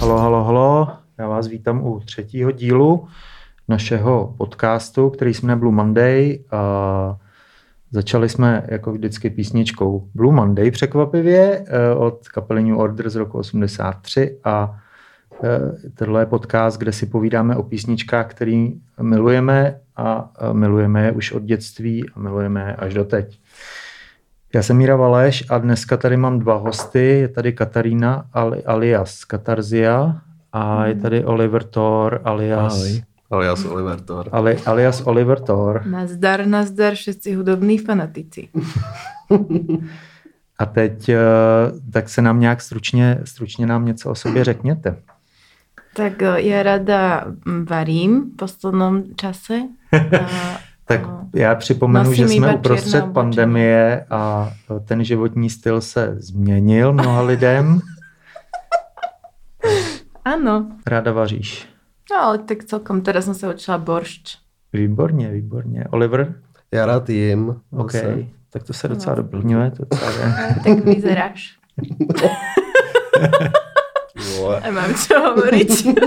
Halo. Já vás vítám u 3. dílu našeho podcastu, který se jmenuje Blue Monday. Začali jsme jako vždycky písničkou Blue Monday překvapivě od kapely New Order z roku 83 a tohle je podcast, kde si povídáme o písničkách, který milujeme a milujeme je už od dětství a milujeme je až doteď. Já jsem Míra Valeš a dneska tady mám dva hosty. Je tady Katarína alias Katarzia a je tady Oliver Thor alias Oliver Thor. Alias Oliver Thor. Nazdar všetci hudobní fanatici. A teď tak se nám nějak stručně nám něco o sobě řekněte. Tak já rada varím v poslednom čase. Tak já připomenu, že jsme uprostřed pandemie a ten životní styl se změnil mnoha lidem. Ano. Ráda vaříš. No, ale tak celkom teraz jsem se učila boršč. Výborně. Oliver? Já rád jim. OK, tak to se docela doplňuje. Tak vyzeráš. A mám čo hovoriť.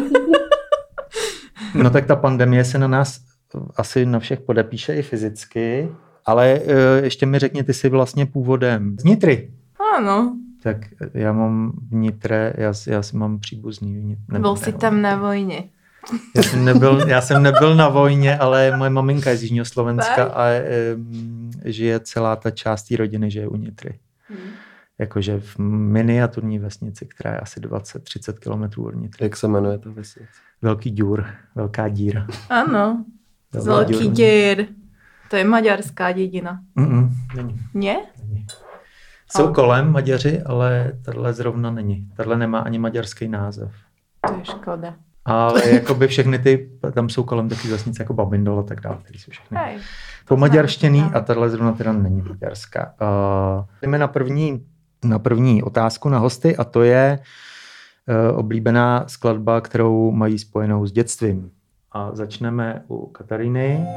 No tak ta pandemie se na nás asi na všech podepíše i fyzicky, ale ještě mi řekni, ty jsi vlastně původem z Nitry. Ano. Tak já mám v Nitre, já si mám příbuzný. Byl jsi tam na vojně. Já jsem nebyl na vojně, ale moje maminka je z Jižního Slovenska a žije celá ta část té rodiny, žije u Nitry. Jakože v miniaturní vesnici, která je asi 20-30 kilometrů od Nitry. Jak se jmenuje ta vesnice? Velká díra. Ano, velký dír. To je maďarská dědina. Není. Nie? Není. Jsou kolem Maďaři, ale tahle zrovna není. Tahle nemá ani maďarský název. To je škoda. Ale jakoby všechny ty, tam jsou kolem taky vesnice jako Babindol a tak dále, které jsou všechny pomaďarštěný a tahle zrovna teda není maďarská. Jdeme na první otázku na hosty a to je oblíbená skladba, kterou mají spojenou s dětstvím. A začneme u Kataríny.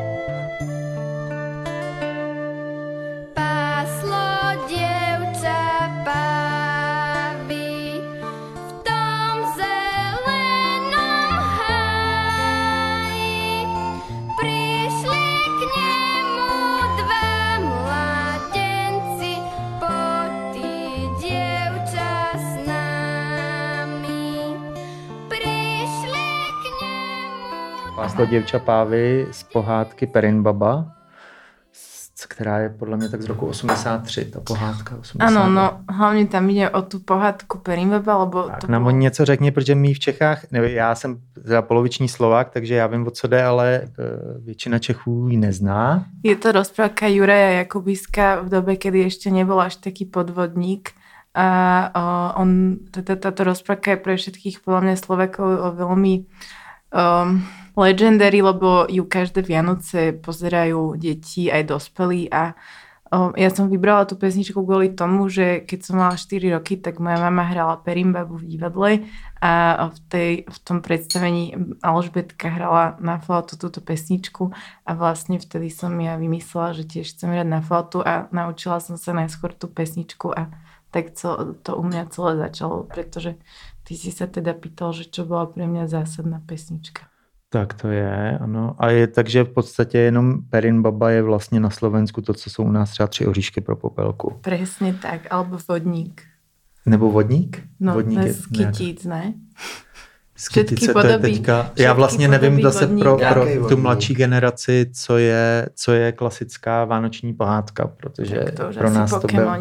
Páslo děvča Pávy z pohádky Perinbaba, která je podle mě tak z roku 83, ta pohádka 83. Ano, no, hlavně tam jde o tu pohádku Perinbaba, lebo... Tak nám o něco řekni, protože my v Čechách, já jsem za poloviční Slovák, takže já vím, o co jde, ale většina Čechů ji nezná. Je to rozprávka Juraja Jakubiska v době, kdy ještě nebyl až taký podvodník. A táto rozprávka je pre všetkých podľa mňa Slovákov veľmi legendary, lebo ju každé Vianoce pozerajú deti aj dospelí a ja som vybrala tú pesničku kvôli tomu, že keď som mala 4 roky, tak moja mama hrala Perinbabu v divadle a v tom predstavení Alžbetka hrala na flautu túto pesničku a vlastne vtedy som ja vymyslela, že tiež chcem hrať na flautu a naučila som sa najskôr tú pesničku a tak to u mňa celé začalo, pretože ty si sa teda pýtal, že čo bola pre mňa zásadná pesnička. Tak to je, ano. A je takže v podstatě jenom Perinbaba je vlastně na Slovensku to, co jsou u nás třeba 3 oříšky pro popelku. Presne tak, alebo vodník. Nebo vodník? No, vodník je Skytíc, ne? Skytice, to je teďka, já vlastně nevím zase pro tu mladší generaci, co je klasická vánoční pohádka, protože pro nás to byl...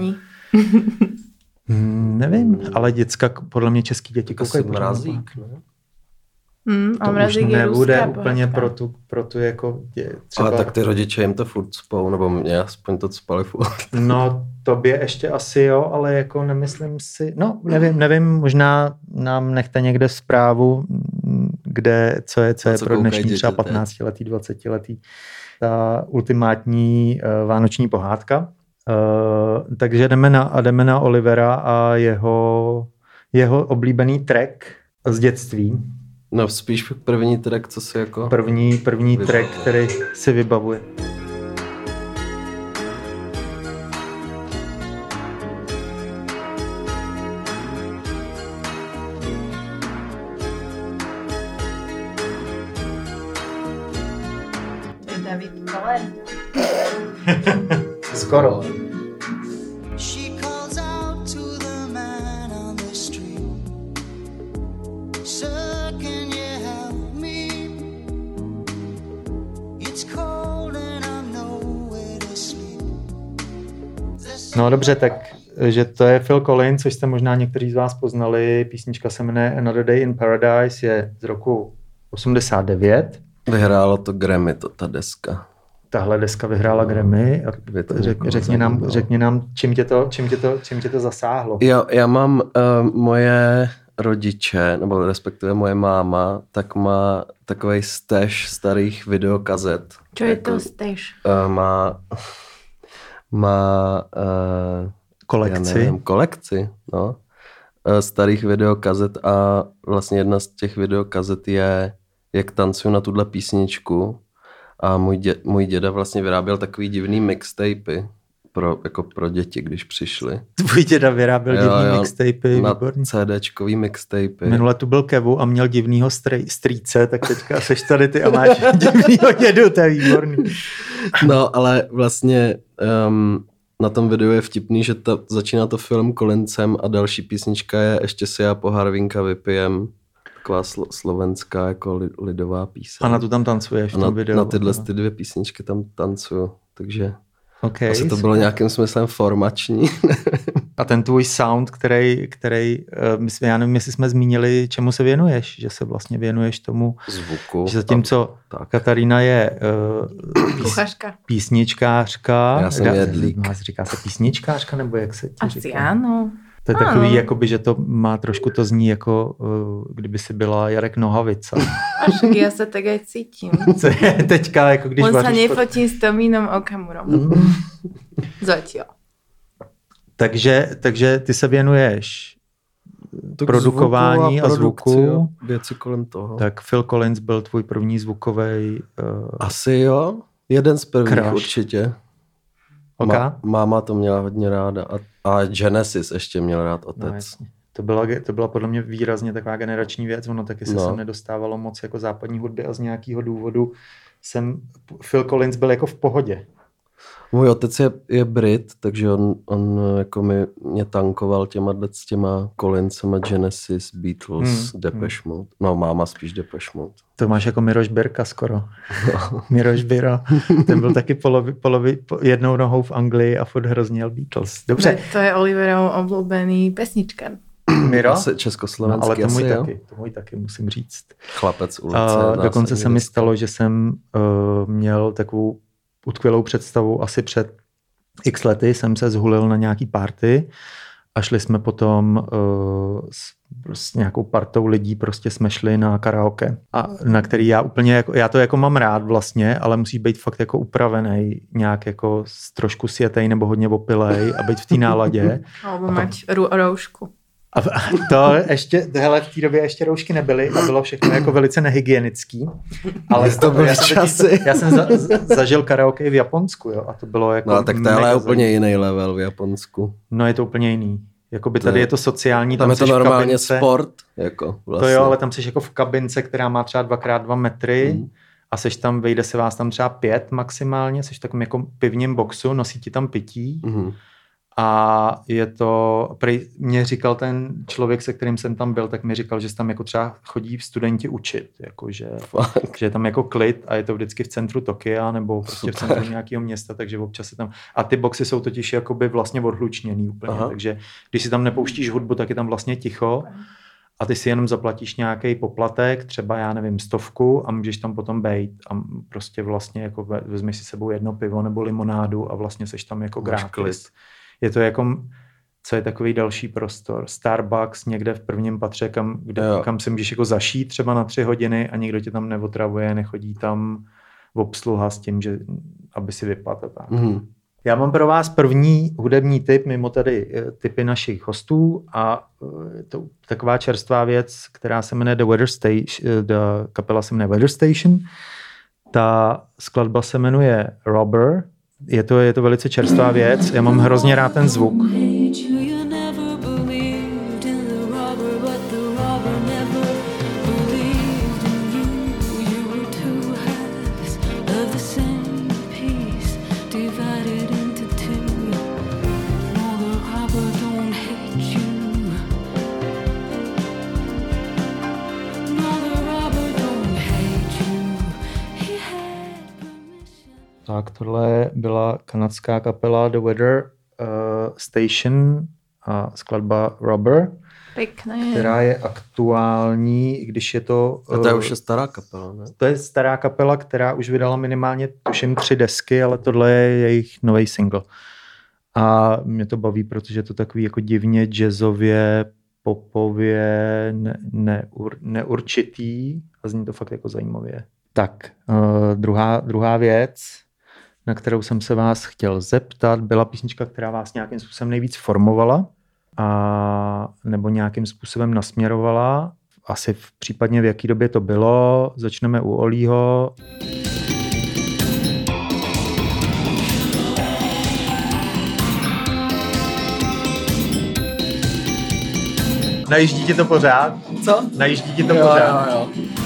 Nevím, ale děcka, podle mě český děti koukají Mrazík, ne? To už nebude úplně pro tu jako třeba... Ale tak ty rodiče jim to furt spou, nebo mě aspoň to spali furt. No, tobě ještě asi jo, ale jako nemyslím si... No, nevím, možná nám nechte někde zprávu, kde, co je pro dnešní děti, třeba 15letý, 20letý ta ultimátní vánoční pohádka. Takže jdeme na Olivera a jeho oblíbený track z dětství. No spíš první track, co si jako... První track, který si vybavuje. Ellen. Skoro. She calls out to the man on the street. Sir, can you help me? It's cold and I'm nowhere to sleep. No dobře, tak že to je Phil Collins, což jste možná někteří z vás poznali. Písnička se jmenuje Another Day in Paradise, je z roku 89. Vyhrálo to Grammy, ta deska. Tahle deska vyhrála Grammy. A řekni nám, čím tě to zasáhlo. Já mám moje rodiče, nebo respektive moje máma, tak má takovej stash starých videokazet. Čo je to stash? Má kolekci, no. Starých videokazet a vlastně jedna z těch videokazet je, jak tancuju na tuhle písničku a můj děda vlastně vyráběl takový divný mixtapy pro děti, když přišli. Tvůj děda vyráběl divný mixtapy, výborný. Na CDčkový mixtapy. Minule tu byl Kevu a měl divnýho strýce, tak teďka seš tady ty a máš divnýho dědu, to je výborný. No, ale vlastně na tom videu je vtipný, že začíná to film Collinsem a další písnička je Ještě si já pohár vínka vypijem. Taková slovenská jako lidová píseň. A na to tam tancuješ v tom videu. Na tyhle ty dvě písničky tam tancuju, takže asi to super. bylo nějakým smyslem formační. A ten tvůj sound, který já nevím, jestli jsme zmínili, čemu se věnuješ, že se vlastně věnuješ tomu zvuku. Že zatímco Katarína je písničkářka. Já jsem jedlík. Říká se písničkářka, nebo jak se ti Asi říká? ano. To je takový, jakoby, že to má trošku, to zní jako, kdyby si byla Jarek Nohavica. Až já se tak aj cítím. Teďka, jako když On vaříš... sa nefotím s Tomínom Okamurom. Zatiaľ. Takže ty se věnuješ produkování a zvuku. Věci kolem toho. Tak Phil Collins byl tvůj první zvukový... Asi jo. Jeden z prvních crush. Určitě. Okay. Máma to měla hodně ráda. A Genesis ještě měl rád otec. No, to byla podle mě výrazně taková generační věc. Ono taky se sem nedostávalo moc jako západní hudby a z nějakého důvodu Phil Collins byl jako v pohodě. Můj otec je Brit, takže on jako mě tankoval těma Collinsema, Genesis, Beatles, Depeche Mode. No, máma spíš Depeche Mode. To máš jako Miroš Birka skoro. No. Miroš Biro. Ten byl taky jednou nohou v Anglii a furt hrozně jel Beatles. Dobře. To je Oliverov obľúbený pesničkar. Miro? Asi československý, ale to můj taky, musím říct. Chlapec ulice. Dokonce se mi stalo, že jsem měl takovou utkvělou představu. Asi před x lety jsem se zhulil na nějaký party a šli jsme potom s nějakou partou lidí, prostě jsme šli na karaoke. A na který já to jako mám rád vlastně, ale musí být fakt jako upravený, nějak jako trošku sjetej nebo hodně opilej a být v té náladě. Alebo mať roušku. A to ještě, v té době ještě roušky nebyly a bylo všechno jako velice nehygienický. Ale to byly časy. Já jsem zažil karaoke v Japonsku, jo, a to bylo jako... No tak to je úplně jiný level v Japonsku. No je to úplně jiný. Jakoby tady je to sociální. Tam je to normálně sport. Jako vlastně. To jo, ale tam jsi jako v kabince, která má třeba 2x2 metry a seš tam, vejde se vás tam třeba 5 maximálně, seš v takovém jako pivním boxu, nosí ti tam pití. A je to, mě říkal ten člověk, se kterým jsem tam byl, tak mi říkal, že se tam jako třeba chodí studenti učit, jakože, že je tam jako klid a je to vždycky v centru Tokia nebo prostě v centru nějakého města, takže občas se tam, a ty boxy jsou totiž jakoby vlastně odhlučněný úplně, takže když si tam nepouštíš hudbu, tak je tam vlastně ticho a ty si jenom zaplatíš nějaký poplatek, třeba já nevím 100 a můžeš tam potom bejt a prostě vlastně jako vezmeš si sebou jedno pivo nebo limonádu a vlastně seš tam jako gratis. Je to jako, co je takový další prostor. Starbucks někde v prvním patře, kam se můžeš jako zašít třeba na 3 hodiny a nikdo tě tam neotravuje, nechodí tam obsluha s tím, že aby si vypadl. Já mám pro vás první hudební tip, mimo tady tipy našich hostů a to taková čerstvá věc, která se jmenuje The Weather Station, kapela se jmenuje Weather Station. Ta skladba se jmenuje Robber. Je to velice čerstvá věc. Já mám hrozně rád ten zvuk. Tak tohle byla kanadská kapela The Weather Station a skladba Rubber, Pěkné. která je aktuální, i když je to... A to už je stará kapela, ne? To je stará kapela, která už vydala minimálně, tuším, 3 desky, ale tohle je jejich nový single. A mě to baví, protože je to takový jako divně jazzově, popově, neurčitý a zní to fakt jako zajímavě. Tak, druhá věc, na kterou jsem se vás chtěl zeptat, byla písnička, která vás nějakým způsobem nejvíc formovala a nebo nějakým způsobem nasměrovala. Asi případně v jaký době to bylo. Začneme u Olího. Najíždí ti to pořád? Co? Najíždí ti to pořád? Jo.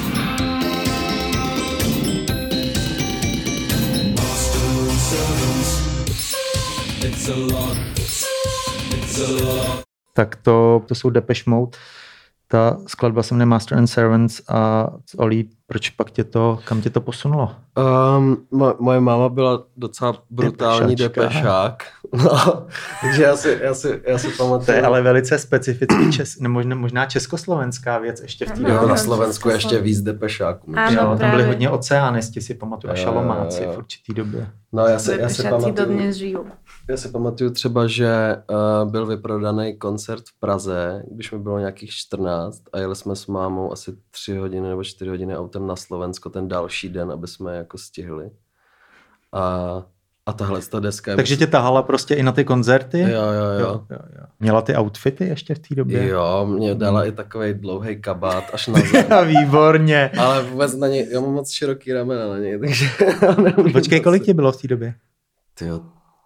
Tak to jsou Depeche Mode. Ta skladba se jmenuje Master and Servants a Olí, proč pak kam tě to posunulo? Moje máma byla docela brutální depešák. No, takže já si pamatuju. To je ale velice specifický možná československá věc ještě v té době. Jo, na Slovensku ještě víc depešáků. Jo, tam byli hodně oceánisti, si pamatuju, a šalomáci v určitý době. No, já si pamatuju. Dodnes žijou. Já si pamatuju třeba, že byl vyprodaný koncert v Praze, když mi bylo nějakých 14 a jeli jsme s mámou asi 3 hodiny nebo 4 hodiny autem na Slovensko ten další den, aby jsme jako stihli. A tahle ta deska... Takže tě tahala prostě i na ty koncerty? Jo. Měla ty outfity ještě v té době? Jo, mě dala i takovej dlouhej kabát až na zem. Výborně. Ale vůbec na něj, já mám moc široký ramena na něj, takže... Počkej, kolik ti bylo v té době? Tyjo,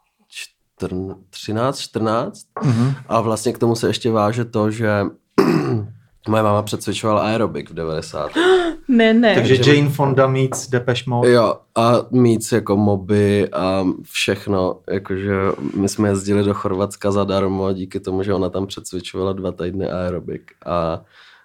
13, 14. A vlastně k tomu se ještě váže to, že moje máma přecvičovala aerobik v 90. Ne. Takže Jane Fonda meets Depeche Mode. Jo, a meets jako Moby a všechno, jakože my jsme jezdili do Chorvatska zadarmo díky tomu, že ona tam přecvičovala 2 týdny aerobik a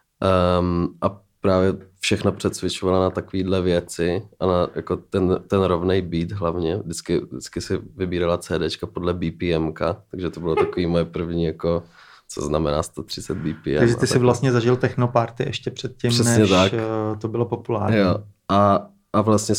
právě všechno přecvičovala na takovýhle věci a na jako ten rovnej beat hlavně. Vždycky si vybírala CDčka podle BPMka, takže to bylo takový moje první jako, co znamená 130 BPM. Takže ty si vlastně zažil technoparty ještě předtím, přesně než tak. To bylo populární. Jo. A vlastně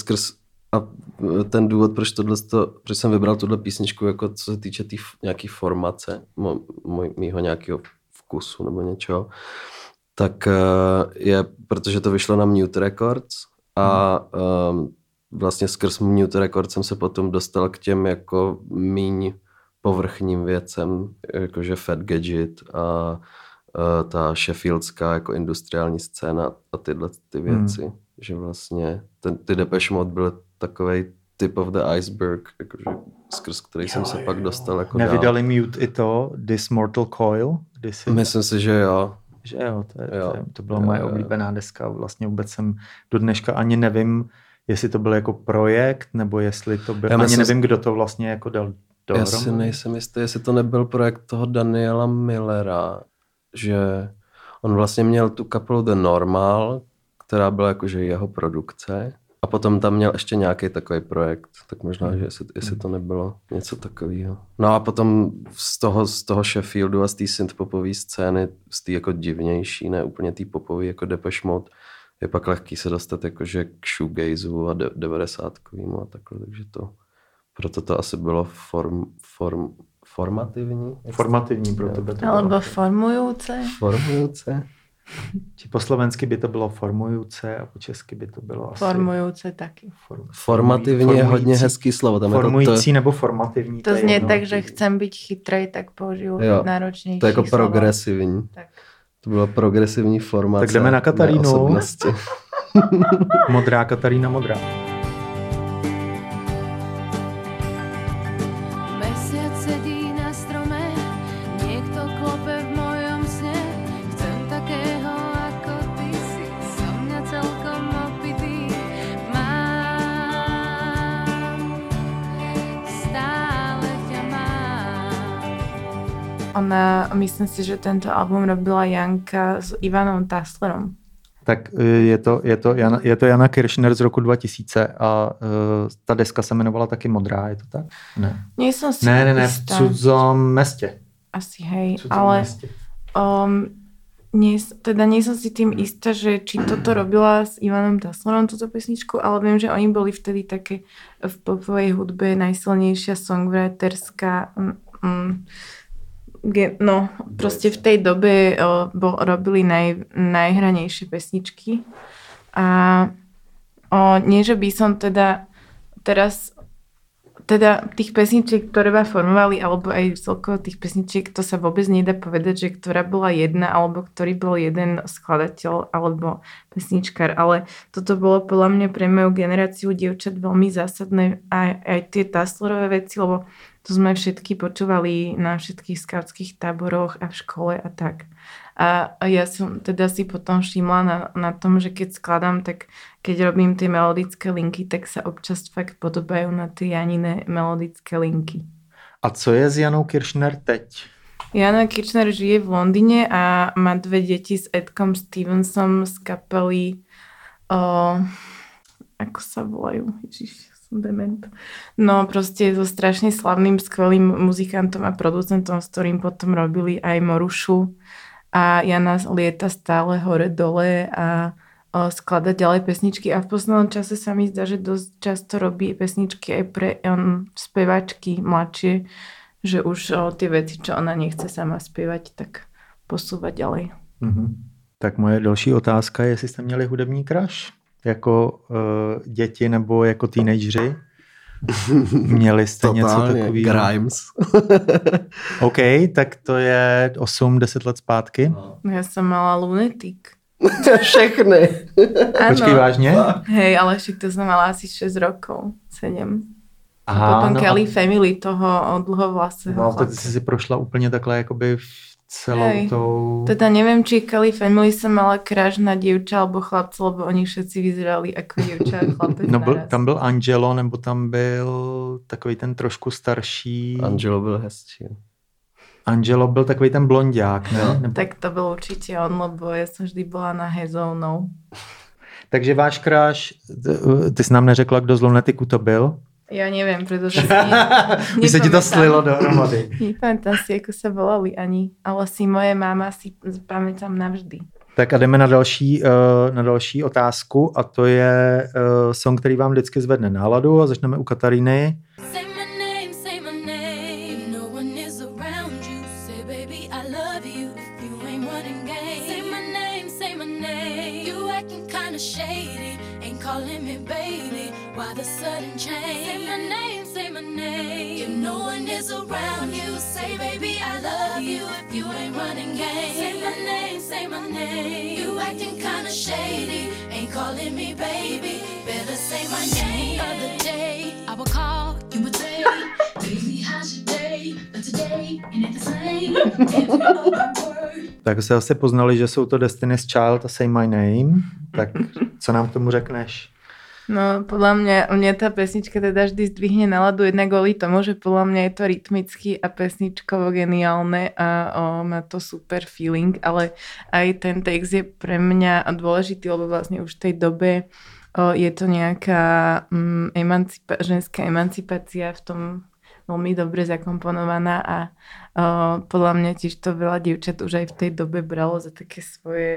ten důvod, proč jsem vybral tuhle písničku, jako co se týče nějaký formace, mýho nějakého vkusu nebo něčeho, tak je, protože to vyšlo na Mute Records a vlastně skrz Mute Records jsem se potom dostal k těm jako míň povrchním věcem, jakože Fat Gadget a ta sheffieldská jako industriální scéna a tyhle ty věci. Že vlastně ty Depeche Mode byly takovej tip of the iceberg, jakože skrz který jsem se pak dostal jako Nevydali Mute i to, This Mortal Coil? Myslím si, že jo. Že jo, to byla moje oblíbená deska. Vlastně vůbec jsem do dneška ani nevím, jestli to byl jako projekt, nebo jestli to byl... Nevím, kdo to vlastně jako dal dohromady. Já si nejsem jistý, jestli to nebyl projekt toho Daniela Millera, že on vlastně měl tu kapelu The Normal, která byla jakože jeho produkce. A potom tam měl ještě nějaký takový projekt, tak možná, že jestli to nebylo něco takového. No a potom z toho Sheffieldu a z té synthpopové scény, z té jako divnější, ne úplně té popové jako Depeche Mode, je pak lehký se dostat jakože k shoegazeu a 90kovýmu a takhle, takže proto to asi bylo formativní. Formativní pro tebe to alebo bylo. formujúce. Či po slovensky by to bylo formujúce a po česky by to bylo asi... Formujúce taky. Formativní je hodně hezký slovo. Tam formující nebo formativní. To znie tak, že chcem byť chytrej, tak použiju náročnější to je jako slovo. progresivní. Tak. To byla progresivní formace. Tak jdeme na Katarínu. Modrá Katarína, modrá. Myslím si, že tento album robila Janka s Ivanom Taslerom. Tak je to Jana Kiršner z roku 2000 a ta deska se jmenovala taky Modrá, je to tak? Ne. Nie som si Ne, v istá. cudzom mestě. Asi hej, Cudzom ale mestě. nie som si tým istá, že či toto robila s Ivanom Taslerom túto pesničku, ale viem, že oni boli vtedy také v popovej hudbe najsilnejšia songwriterská proste v tej dobe robili najhranejšie pesničky a nie, že by som teda teraz tých pesničiek, ktoré ma formovali, alebo aj celkovo tých pesničiek, to sa vôbec nedá povedať, že ktorá bola jedna, alebo ktorý bol jeden skladateľ, alebo pesničkár, ale toto bolo podľa mňa pre moju generáciu dievčat veľmi zásadné aj tie Taslerové veci, lebo to sme všetky počúvali na všetkých skautských táboroch a v škole a tak. A ja som teda si potom všimla na tom, že keď skladám, tak keď robím tie melodické linky, tak sa občas fakt podobajú na tie Janine melodické linky. A co je s Janou Kiršner teď? Jana Kiršner žije v Londýne a má 2 deti s Edkom Stevensom z kapely ako sa volajú? Ježiš, som dement. No proste so strašne slavným, skvelým muzikantom a producentom, s ktorým potom robili aj Morušu. A Jana lieta stále hore-dole a sklada ďalej pesničky a v poslednom čase sa mi zdá, že dosť často robí pesničky aj pre speváčky mladšie, že už tie veci, čo ona nechce sama spievať, tak posúva ďalej. Mm-hmm. Tak moje další otázka je, jestli jste měli hudební crush jako děti nebo jako teenageři? Měli jste něco takového? Grimes. OK, tak to je 8-10 let zpátky. No ja som mala Lunatic. Všechny. Počkej, vážně? Hej, ale však to som mala asi 6 rokov, 7. Aha, A potom no Kelly Family toho dlhovlasého no, chlapca. tak jsi si prošla úplně takhle jakoby celou Hej. tou... Teda neviem, či Kelly Family som mala kráž na dievča alebo chlapca, lebo oni všetci vyzerali ako dievča a chlapec No naraz. tam byl Angelo, nebo tam byl takový ten trošku starší... Angelo byl hezčí. Angelo byl takový ten blondiák, ne? Nebo... Tak to byl určite on, lebo ja som vždy bola na hezounou. Takže váš crush, ty jsi nám neřekla, kdo z Lunaticu to byl? Ja neviem, pretože By se ti to slilo dohromady. Nepamätám si, ako sa volali ani, ale si moje máma si pamätám navždy. Tak a jdeme na další otázku a to je song, který vám vždycky zvedne náladu a začneme u Kataríny. Say my name, no one is around you. Say baby I love you if you ain't running game. Say my name, you acting kinda shady, ain't calling me baby, why the sudden change? Say my name, if no one is around you. Say baby I love you if you ain't running game. Say my name, you acting kinda shady, ain't calling me baby, better say my name. Other day I would call, you would say, baby how's your day, but today ain't it the same? Every other word. Tak se asi poznali, že jsou to Destiny's Child a Say My Name. Tak co nám k tomu řekneš? No, podľa mňa tá pesnička teda vždy zdvihne náladu jednak kvôli tomu, že podľa mňa je to rytmicky a pesničkovo geniálne a má to super feeling, ale aj ten text je pre mňa dôležitý, lebo vlastne už v tej dobe je to nejaká ženská emancipácia v tom veľmi dobre zakomponovaná a podľa mňa tiež to veľa dievčat už aj v tej dobe bralo za také svoje,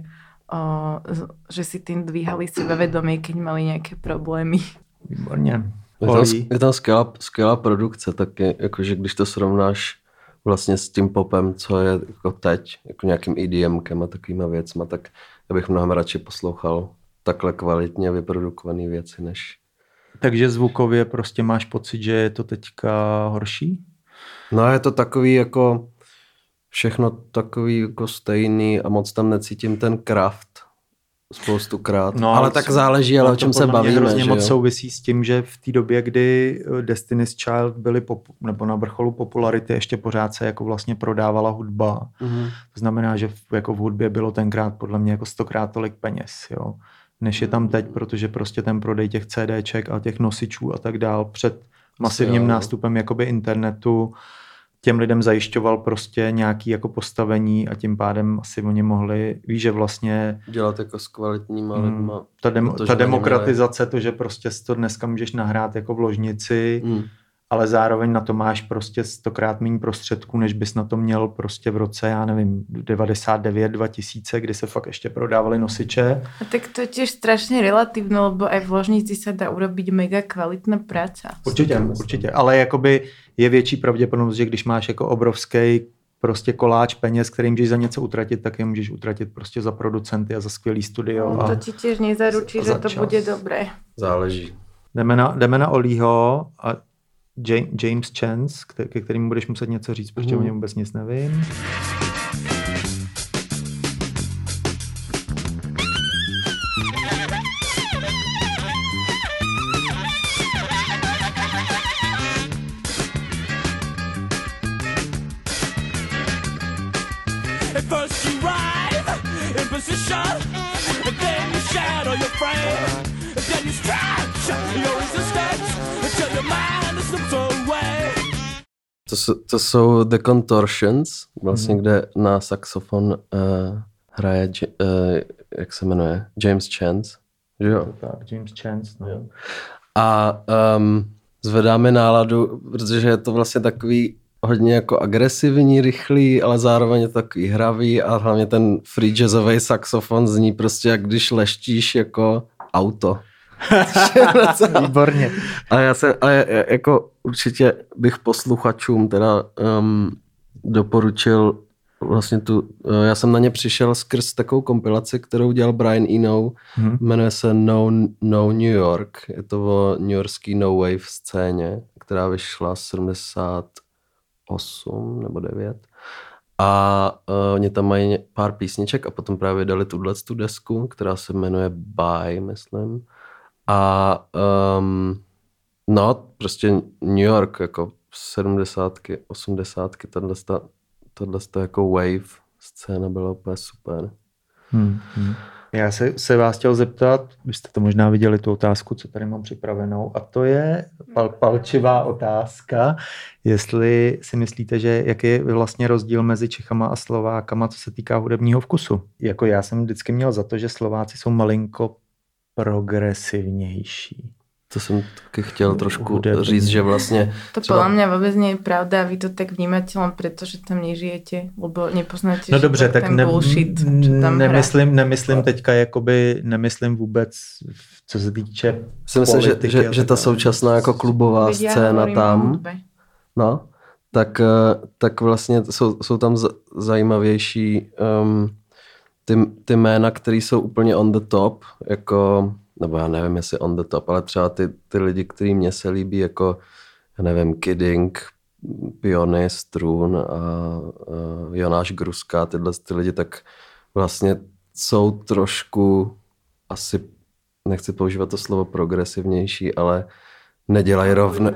že si tým dvíhali sebavedomie, keď mali nejaké problémy. Výborně. Je tam skvělá produkce, taky, jakože když to srovnáš vlastně s tím popem, co je jako teď, jako nějakým EDMkem a takovýma věcma, tak já bych mnohem radši poslouchal takhle kvalitně vyprodukované věci, než... Takže zvukově prostě máš pocit, že je to teďka horší? No je to takový jako všechno takový jako stejný a moc tam necítím ten kraft spoustukrát. No, ale tak záleží, ale o čem se bavíme. Hrozně že moc jo? souvisí s tím, že v té době, kdy Destiny's Child byli nebo na vrcholu popularity, ještě pořád se jako vlastně prodávala hudba. Mhm. To znamená, že jako v hudbě bylo tenkrát podle mě jako 100krát tolik peněz, jo, než je tam teď, protože prostě ten prodej těch CDček a těch nosičů a tak dál před masivním nástupem jakoby internetu, těm lidem zajišťoval prostě nějaký jako postavení a tím pádem asi oni mohli, víš, že vlastně Dělat jako s kvalitníma lidma. ta demokratizace, to, že prostě to dneska můžeš nahrát jako v ložnici, ale zároveň na to máš prostě 100krát méně prostředků, než bys na to měl prostě v roce, já nevím, 99, 2000, kdy se fakt ještě prodávaly nosiče. A tak to je tiež strašne relatívne, lebo aj v ložnici sa dá urobiť mega kvalitná práca. Určitě, ale jakoby je větší pravděpodobnost, že když máš jako obrovský prostě koláč peněz, který můžeš za něco utratit, tak je můžeš utratit prostě za producenty a za skvělý studio. To ti tiež nezaručí, že to bude dobré. Záleží. Jdeme na Olího a James Chance, ke kterému budeš muset něco říct, protože o něm vůbec nic nevím. First you rise in position, and then you shadow your frame, and then you stretch your resistance until your mind slips away. To jsou The Contortions, vlastně, kde na saxofon hraje, jak se jmenuje, James Chance, že jo? Tak, James Chance, no. A zvedáme náladu, protože je to vlastně takový hodně jako agresivní, rychlý, ale zároveň je to takový hravý a hlavně ten free jazzový saxofon zní prostě jak když leštíš jako auto. Výborně. A já jako určitě bych posluchačům teda doporučil vlastně já jsem na ně přišel skrz takovou kompilaci, kterou dělal Brian Eno, jmenuje se No New York, je to o newyorský no wave scéně, která vyšla 78 nebo 9 a oni tam mají pár písniček a potom právě dali tu desku, která se jmenuje Bye, myslím. A no, prostě New York, jako 70, 80, tohle jako wave scéna byla úplně super. Já se vás chtěl zeptat, vy jste to možná viděli, tu otázku, co tady mám připravenou, a to je palčivá otázka, jestli si myslíte, že jaký je vlastně rozdíl mezi Čechama a Slovákama, co se týká hudebního vkusu. Jako já jsem vždycky měl za to, že Slováci jsou malinko progresivnější. To jsem taky chtěl trošku říct, že vlastně... To podľa mňa vôbec nie je pravda a vy to tak vnímate len preto, že tam nežijete, lebo nepoznáte, no dobře, tak ten bullshit, čo tam nemyslím teďka jakoby, nemyslím vůbec, co se týče politiky. Že ta současná jako klubová scéna tam, no, tak vlastně jsou tam zajímavější ty jména, které jsou úplně on the top, jako... nebo já nevím, jestli on the top, ale třeba ty lidi, který mně se líbí, jako, já nevím, Kidding, Piony, Strun a Jonáš Gruska, tyhle ty lidi, tak vlastně jsou trošku, asi nechci používat to slovo progresivnější, ale nedělají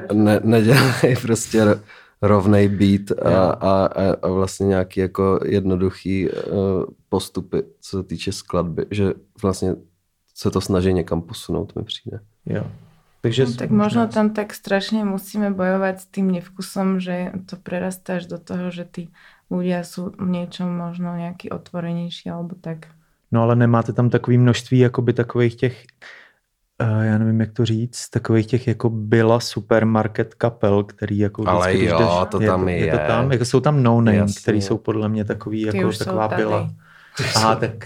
prostě rovnej beat a vlastně nějaký jako jednoduchý postupy, co se týče skladby, že vlastně se to snaží někam posunout, mi přijde. Jo. Takže tak možno tam tak strašne musíme bojovať s tým nevkusom, že to prerastá až do toho, že tí ľudia sú v niečom možno nejaký otvorenejší alebo tak. No ale nemáte tam takový množství jakoby takových těch, já nevím, jak to říct, takových těch jako byla supermarket kapel, který jako ale vždycky, jo, jdeš, to tam je. To tam, jako jsou tam no name, který jsou podle mě takový jako taková byla. Aha, tak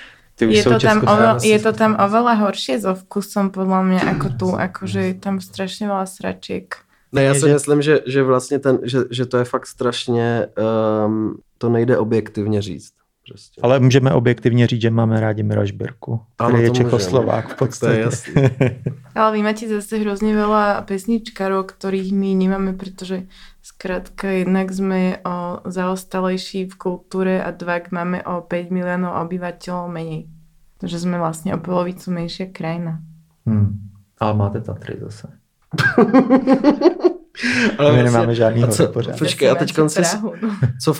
je to tam oveľa horšie so vkusom podľa mňa ako tu, akože je tam strašne veľa sračiek. Ne, já si myslím, že vlastně že to je fakt strašně, to nejde objektivně říct. Prostě. Ale můžeme objektivně říct, že máme rádi Mira Žbirku, který je Čechoslovák v podstatě. Ale vy máte zase hrozne veľa pesničkarov, ktorých my nemáme, pretože skrátka jednak sme zaostalejší v kultúre a dvak máme o 5 miliónov obyvateľov menej. Takže sme vlastne o polovicu menšia krajina. Ale máte Tatry zase. Ale my nemáme žádný pořád. Počkej, a teď co v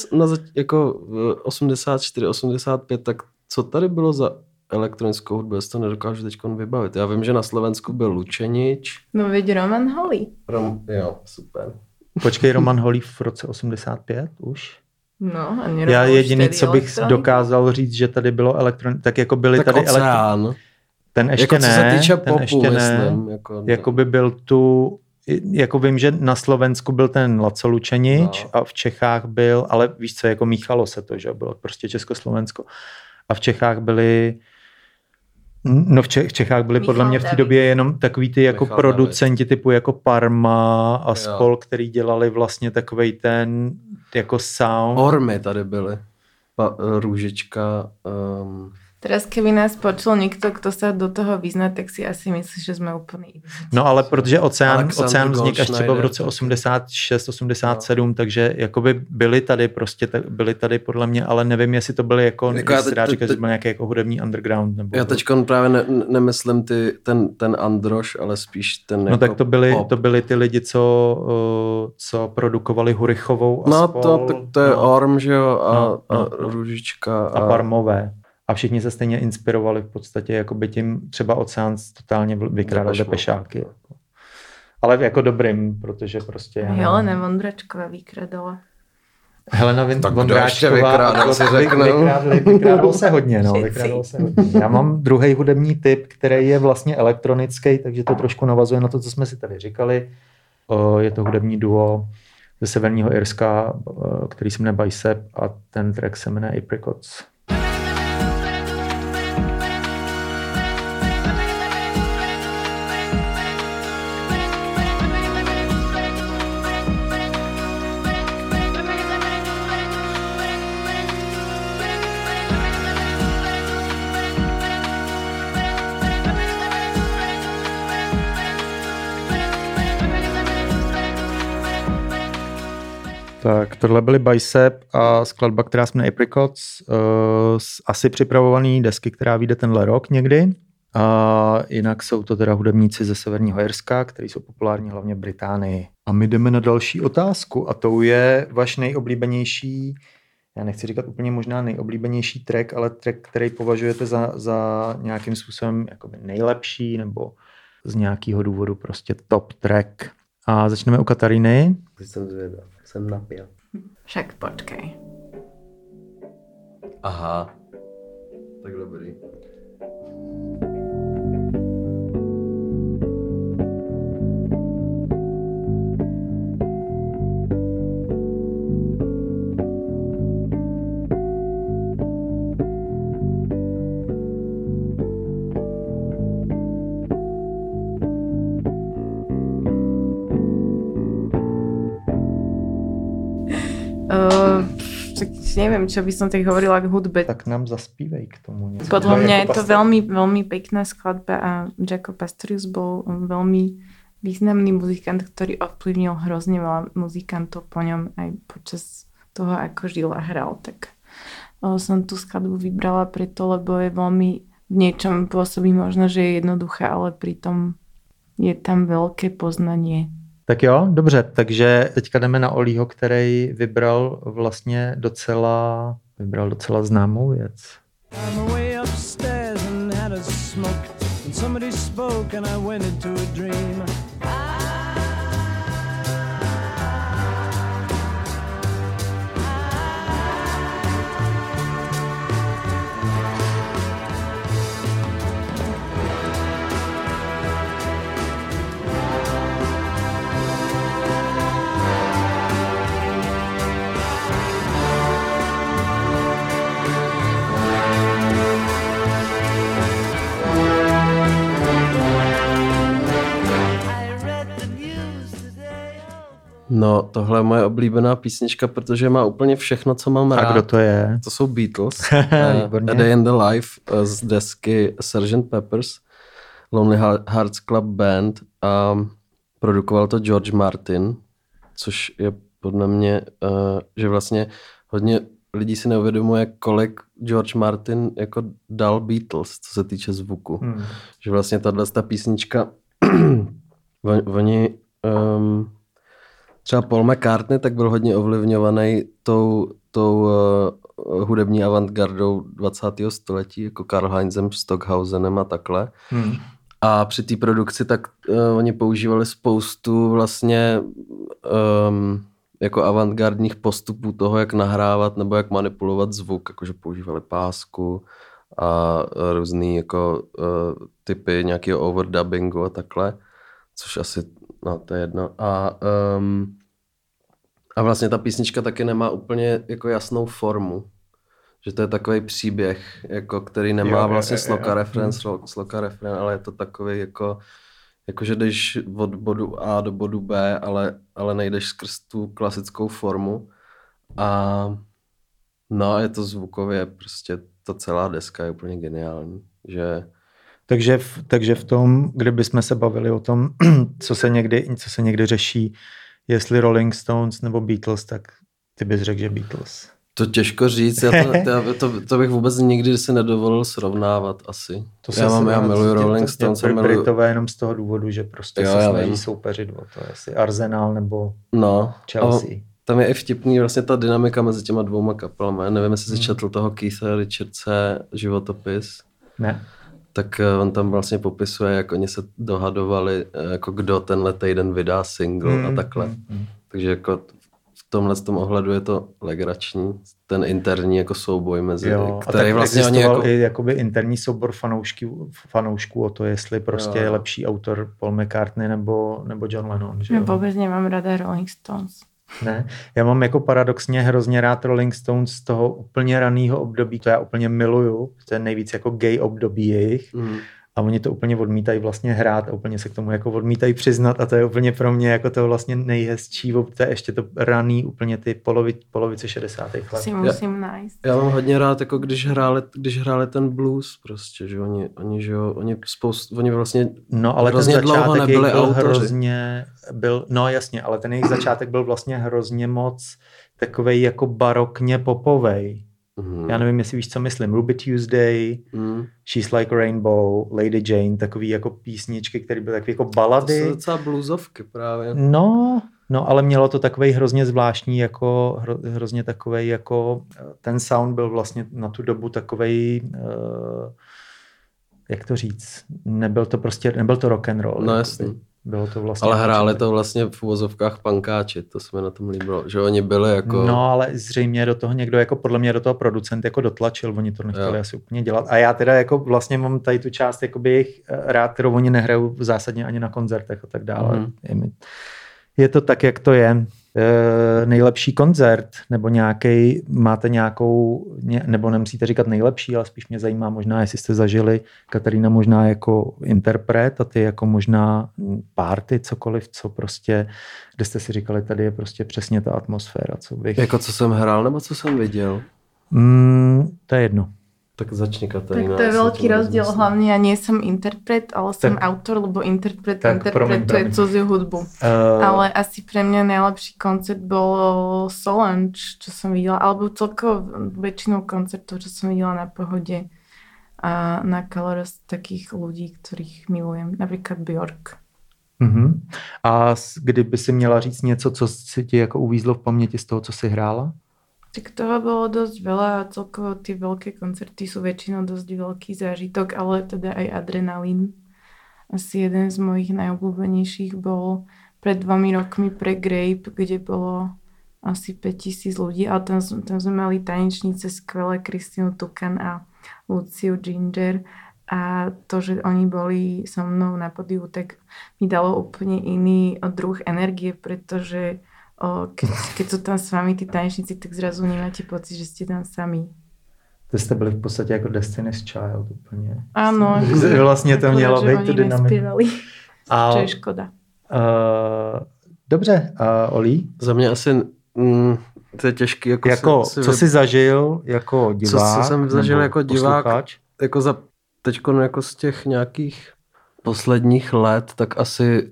84, 85, tak co tady bylo za elektronickou hudbu? Já si to nedokážu teď vybavit. Já vím, že na Slovensku byl Lučenič. No veď Roman Holý. Jo, super. Počkej, Roman Holý v roce 85 už? No, a Já jediný, co bych dokázal říct, že tady bylo tak jako byly tak tady Oceán. Ten ještě jako, ne. Co se týče ten popu, ještě myslím. ne. Jako, Jakoby byl tu, jako vím, že na Slovensku byl ten Laco Lučenič a v Čechách byl, ale víš co, jako míchalo se to, že bylo prostě Československo. A v Čechách byli v Čechách byli podle mě v té době jenom takový ty jako Michal producenti typu jako Parma a spol, který dělali vlastně takovej ten jako sound. Ormy tady byly. Růžička. Teraz, keby nás počul niekto, kto sa do toho vyzná, tak si asi myslí, že sme úplný. No ale protože Oceán vznik až třeba v roce Goldschneider, 86, 87, takže jakoby byli tady podle mě, ale nevím, jestli to byly jako jestli rád říkat, že byl nějaký jako hudební underground. Nebo já teďkon právě nemyslím ten Androš, ale spíš ten no jako tak to byli ty lidi, co produkovali Hurichovou a no spol. to je Orm, že jo, a Růžička. A Parmové. A všichni se stejně inspirovali v podstatě jakoby tím, třeba Oceán totálně vykrádal Depešáky. Ale jako dobrým, protože prostě... Helena Vondračková vykradala. Helena Vondráčková vykrádalo se hodně. Já mám druhý hudební typ, který je vlastně elektronický, takže to trošku navazuje na to, co jsme si tady říkali. Je to hudební duo ze Severního Irska, který se jmenuje Bicep a ten track se jmenuje Apricots. Tak tohle byly Bicep a skladba, která se jmenuje Apricots, asi připravovaný desky, která vyjde tenhle rok někdy. A jinak jsou to teda hudebníci ze Severního Irska, kteří jsou populární hlavně v Británii. A my jdeme na další otázku a to je váš nejoblíbenější, já nechci říkat úplně možná nejoblíbenější track, ale track, který považujete za nějakým způsobem jakoby nejlepší nebo z nějakého důvodu prostě top track. A začneme u Kataríny. Jsem zvědav, jsem napil. Však počkej. Aha, tak dobrý. Neviem, čo by som tak hovorila k hudbe. Tak nám zaspívej k tomu. Něco. Podľa mňa je to veľmi, veľmi pekná skladba a Jaco Pastorius bol veľmi významný muzikant, ktorý ovplyvnil hrozne veľa muzikantov po ňom aj počas toho, ako žil a hral. Tak som tú skladbu vybrala preto, lebo je veľmi v niečom pôsobí možno, že je jednoduchá, ale pritom je tam veľké poznanie. Tak jo, dobře, takže teďka jdeme na Olího, který vybral docela známou věc. I'm way upstairs and had a smoke and somebody spoke and I went into a dream. No, tohle je moje oblíbená písnička, protože má úplně všechno, co mám rád. A kdo to je? To jsou Beatles. A Day in the Life z desky Sgt. Pepper's Lonely Hearts Club Band a produkoval to George Martin, což je podle mě, že vlastně hodně lidí si neuvědomuje, kolik George Martin jako dal Beatles, co se týče zvuku. Že vlastně tato písnička oni třeba Paul McCartney tak byl hodně ovlivňovaný tou hudební avantgardou 20. století, jako Karl Heinzem, Stockhausenem a takhle. A při té produkci tak oni používali spoustu vlastně jako avantgardních postupů toho, jak nahrávat nebo jak manipulovat zvuk, jakože používali pásku a různý jako typy nějakého overdubbingu a takhle, což asi, no to je jedno. A vlastně ta písnička taky nemá úplně jako jasnou formu. Že to je takový příběh, jako, který nemá vlastně sloka refrén, ale je to takový jako že jdeš od bodu A do bodu B, ale nejdeš skrz tu klasickou formu. A no, je to zvukově, prostě ta celá deska je úplně geniální. Že... Takže v tom, kdybychom se bavili o tom, co se někdy řeší, jestli Rolling Stones nebo Beatles, tak ty bys řekl, že Beatles. To těžko říct, to bych vůbec nikdy si nedovolil srovnávat asi. Já miluji Rolling Stones. Britové jenom z toho důvodu, že prostě se snaží soupeřit o to, jestli Arsenal nebo Chelsea. Tam je i vtipný vlastně ta dynamika mezi těma dvouma kapelama. Já nevím, jestli jsi četl toho Keitha Richardse životopis. Ne. Tak on tam vlastně popisuje, jak oni se dohadovali, jako kdo tenhle týden vydá single a takhle. Takže jako v tomhle tom ohledu je to legrační, ten interní jako souboj mezi, který vlastně oni jako... i jakoby interní soubor fanoušků o to, jestli prostě je lepší autor Paul McCartney nebo John Lennon. Že já vůbec nemám ráda Rolling Stones. Ne, já mám jako paradoxně hrozně rád Rolling Stones z toho úplně raného období, to já úplně miluju, to je nejvíc jako gay období jejich a oni to úplně odmítají vlastně hrát a úplně se k tomu jako odmítají přiznat a to je úplně pro mě jako to vlastně nejhezčí, to je ještě to raný úplně ty polovice 60. let. Si musím najít. Já mám hodně rád, jako když hráli ten blues prostě, že oni vlastně no, ale hrozně dlouho nebyli autoři. No jasně, ale ten jejich začátek byl vlastně hrozně moc takovej jako barokně popovej. Já nevím, jestli víš, co myslím. Ruby Tuesday, She's Like a Rainbow, Lady Jane, takový jako písničky, které byly takový jako balady. To jsou docela bluesovky právě. No, ale mělo to takovej hrozně zvláštní, jako hrozně takovej jako ten sound byl vlastně na tu dobu takovej, jak to říct, nebyl to rock and roll. No jasný. Bylo to vlastně... Ale hráli to vlastně v uvozovkách pankáči, to se mi na tom líbilo, že oni byli jako... No, ale zřejmě do toho někdo, jako podle mě do toho producent jako dotlačil, oni to nechtěli asi úplně dělat. A já teda jako vlastně mám tady tu část jakoby jich rád, kterou oni nehrajou zásadně ani na koncertech a tak dále. Je to tak, jak to je. Nejlepší koncert, nebo máte nějakou, nebo nemusíte říkat nejlepší, ale spíš mě zajímá možná, jestli jste zažili, Katarína možná jako interpret a ty jako možná party, cokoliv, co prostě, kde jste si říkali, tady je prostě přesně ta atmosféra, co bych... Jako co jsem hrál, nebo co jsem viděl? To je jedno. Tak začni, Katarína. Tak to je veľký rozdiel, hlavne ja nie som interpret, ale som autor, lebo interpret interpretuje cudziu hudbu. Ale asi pre mňa najlepší koncert bol Solange, čo som videla, alebo celkovo väčšinou koncertov, čo som videla na Pohode a na Colors takých ľudí, ktorých milujem, napríklad Björk. A kdyby si měla říct něco, co si ti jako uvízlo v paměti z toho, co si hrála? Tak toho bolo dosť veľa a celkovo tie veľké koncerty sú väčšinou dosť veľký zážitok, ale teda aj adrenalín. Asi jeden z mojich najobľúbenejších bol pred 2 rokmi pre Grape, kde bolo asi 5000 ľudí, ale tam sme mali tanečnice skvelé, Kristínu Tukan a Luciu Ginger a to, že oni boli so mnou na podiu, tak mi dalo úplne iný druh energie, pretože keď sú tam s vami tí tanečníci, tak zrazu nemáte pocit, že ste tam sami. To jste byli v podstatě jako Destiny's Child úplně. Ano. Vlastně to mělo být tu dynamiku. To je škoda. Dobře, Oli? Za mě asi to je těžký. Co jsi zažil jako divák? Co jsem zažil jako divák? Posluchač? Jako teďko jako z těch nějakých posledních let, tak asi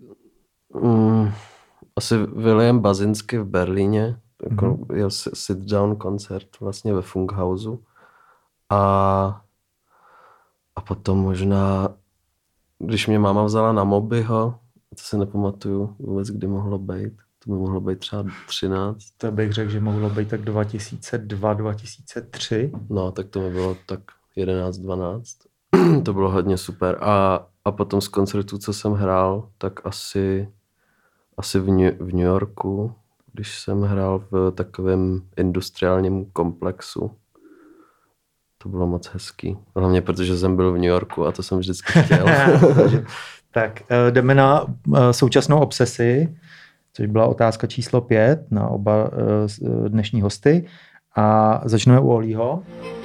William Basinski v Berlíně, jako jeho sit-down koncert vlastně ve Funkhausu. A potom možná, když mě máma vzala na Mobyho, to si nepamatuju vůbec, kdy mohlo být. To by mohlo být třeba 13. To bych řekl, že mohlo být tak 2002, 2003. No, tak to mi bylo tak 11, 12. To bylo hodně super. A potom z koncertů, co jsem hrál, tak asi v New Yorku, když jsem hrál v takovém industriálním komplexu. To bylo moc hezký. Hlavně protože jsem byl v New Yorku a to jsem vždycky chtěl. Tak jdeme na současnou obsesi, což byla otázka číslo 5 na oba dnešní hosty. A začneme u Olího.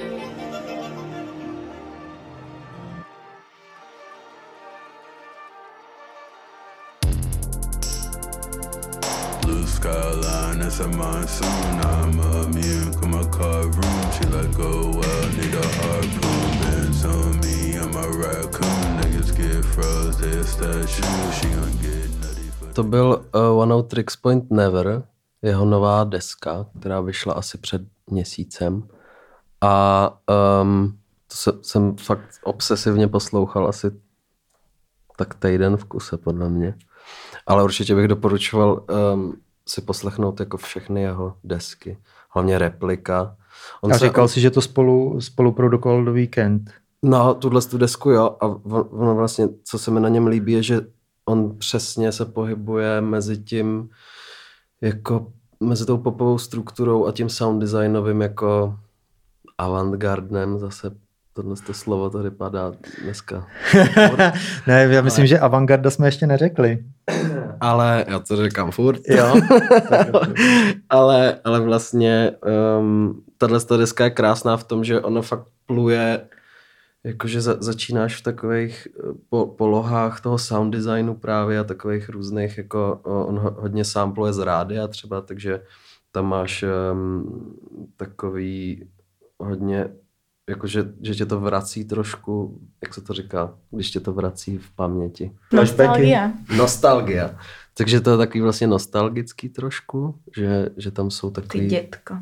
Blue skyline, it's a monsoon. I'm immune, come my car room. She like, oh well, need a harpoon. Bands on me, I'm a raccoon. Niggas get froze, they start shoes. She gon' get nutty for... To byl One Tricks Point Never, jeho nová deska, která vyšla asi před měsícem. A to jsem fakt obsesivně poslouchal asi tak týden v kuse, podle mě. Ale určitě bych doporučoval si poslechnout jako všechny jeho desky. Hlavně Replika. A říkal si, že to spolu produkoval do Weekend. No, tuhle desku jo. A ono vlastně, co se mi na něm líbí, je, že on přesně se pohybuje mezi tím, jako mezi tou popovou strukturou a tím sound designovým jako avantgardnem zase. Tohle slovo tady padá dneska. Ne, já myslím, že avantgarda jsme ještě neřekli. Ale já to říkám furt. Jo. ale vlastně tato deska je krásná v tom, že ona fakt pluje, jakože začínáš v takových polohách toho sound designu právě a takových různých, jako on hodně sampluje z rádia třeba, takže tam máš takový hodně jakože, že tě to vrací trošku, jak se to říká, když tě to vrací v paměti. Nostalgia. Takže to je takový vlastně nostalgický trošku, že tam jsou takový... Ty dětko.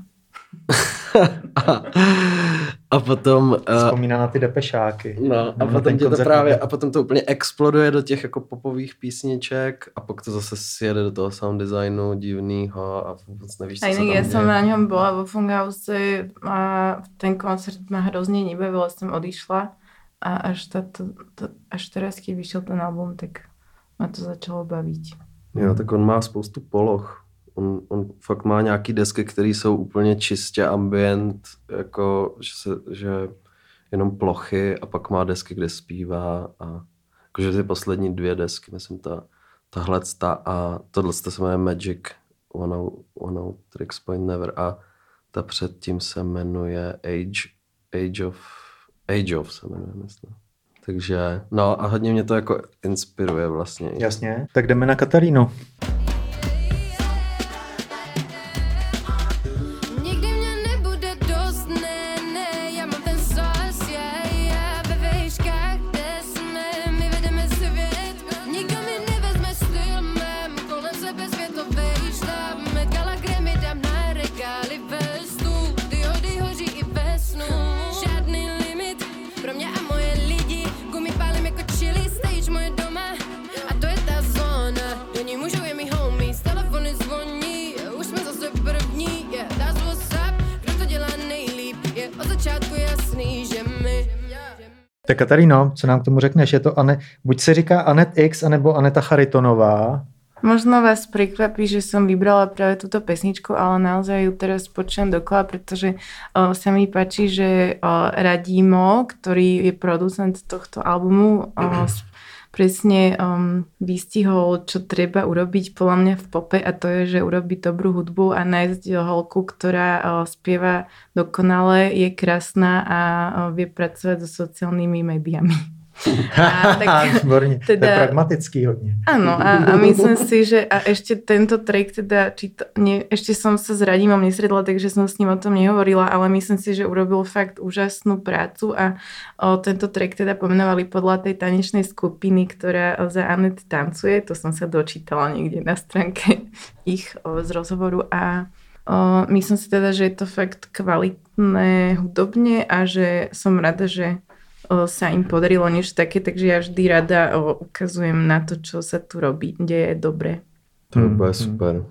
a potom... Vzpomíná na ty depešáky. No, a potom tě to právě, a potom to úplně exploduje do těch jako popových písniček a pak to zase sjede do toho sound designu divnýho a vůbec nevíš, co se tam děje. Ja som na ňom bola vo Funhouse a ten koncert ma hrozne nebavil, som odišla a až teraz, keď vyšiel ten album, tak ma to začalo baviť. Jo, tak on má spoustu poloh. On fakt má nějaký desky, které jsou úplně čistě ambient, jako že jenom plochy a pak má desky, kde zpívá a jakože ty poslední 2 desky, myslím tahle a tohle se jmenuje Magic One Tricks Point Never a ta předtím se jmenuje Age of se jmenuje, myslím. Takže, no a hodně mě to jako inspiruje vlastně. Jasně, tak jdeme na Katarínu. Tak Kataríno, co nám k tomu řekneš? Je to buď se říká Anet X, anebo Aneta Charitonová. Možno vás prekvapí, že som vybrala práve túto pesničku, ale naozaj ju teraz počujem dokola, pretože sa mi páči, že Radimo, ktorý je producent tohto albumu, presne vystihol, čo treba urobiť podľa mňa v pope a to je, že urobiť dobrú hudbu a nájsť holku, ktorá spieva dokonale, je krásna a vie pracovať so sociálnymi médiami. Výborně, teda, to je pragmatický hodně. Áno, a myslím si, že a ešte tento track teda, ešte som sa s Radimom nesredla, takže som s ním o tom nehovorila, ale myslím si, že urobil fakt úžasnú prácu a tento track teda pomenovali podľa tej tanečnej skupiny, ktorá za Anet tancuje, to som sa dočítala niekde na stránke ich z rozhovoru a myslím si teda, že je to fakt kvalitné hudobne a že som rada, že sa im podarilo niečo také, takže ja vždy rada ukazujem na to, čo sa tu robí, kde je dobre. To bude super.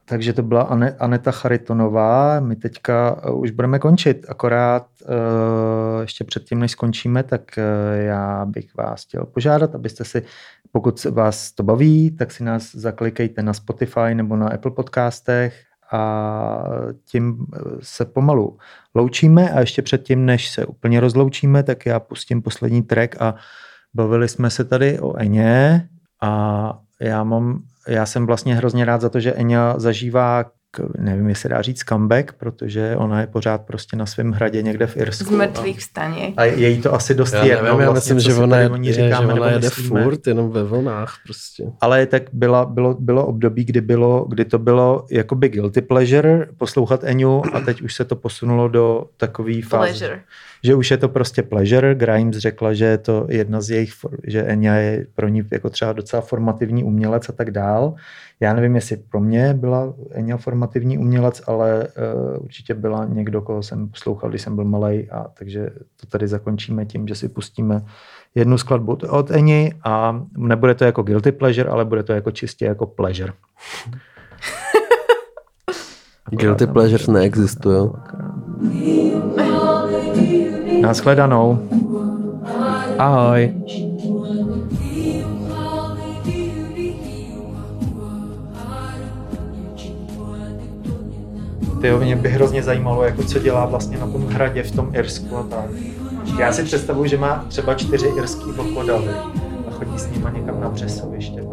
Takže to byla Aneta Charitonová. My teďka už budeme končit, akorát ještě předtím, než skončíme, tak já bych vás chtěl požádat, abyste si, pokud vás to baví, tak si nás zaklikejte na Spotify nebo na Apple podcastech a tím se pomalu loučíme a ještě předtím, než se úplně rozloučíme, tak já pustím poslední track a bavili jsme se tady o Eně a já jsem vlastně hrozně rád za to, že Eňa zažívá, nevím, jestli dá říct comeback, protože ona je pořád prostě na svém hradě někde v Irsku. Z mrtvých vstaně. A je jí to asi dost já jedno. Nevím, já vlastně, myslím, že ona jede myslíme. furt jenom ve vlnách prostě. Ale tak bylo období, kdy to bylo jakoby guilty pleasure poslouchat Eňu a teď už se to posunulo do takové fáze, že už je to prostě pleasure. Grimes řekla, že je to jedna z jejich, že Eňa je pro ní jako třeba docela formativní umělec a tak dál. Já nevím, jestli pro mě byla Eňa formativní umělec, ale určitě byla někdo, koho jsem poslouchal, když jsem byl malej, a takže to tady zakončíme tím, že si pustíme jednu skladbu od Eni a nebude to jako guilty pleasure, ale bude to jako čistě jako pleasure. Guilty pleasure neexistuje. Nashledanou. Ahoj. Mě by hrozně zajímalo, jako co dělá vlastně na tom hradě v tom Irsku a tak. Já si představuji, že má třeba 4 irský vlkodavy a chodí s nima někam na Břesoviště.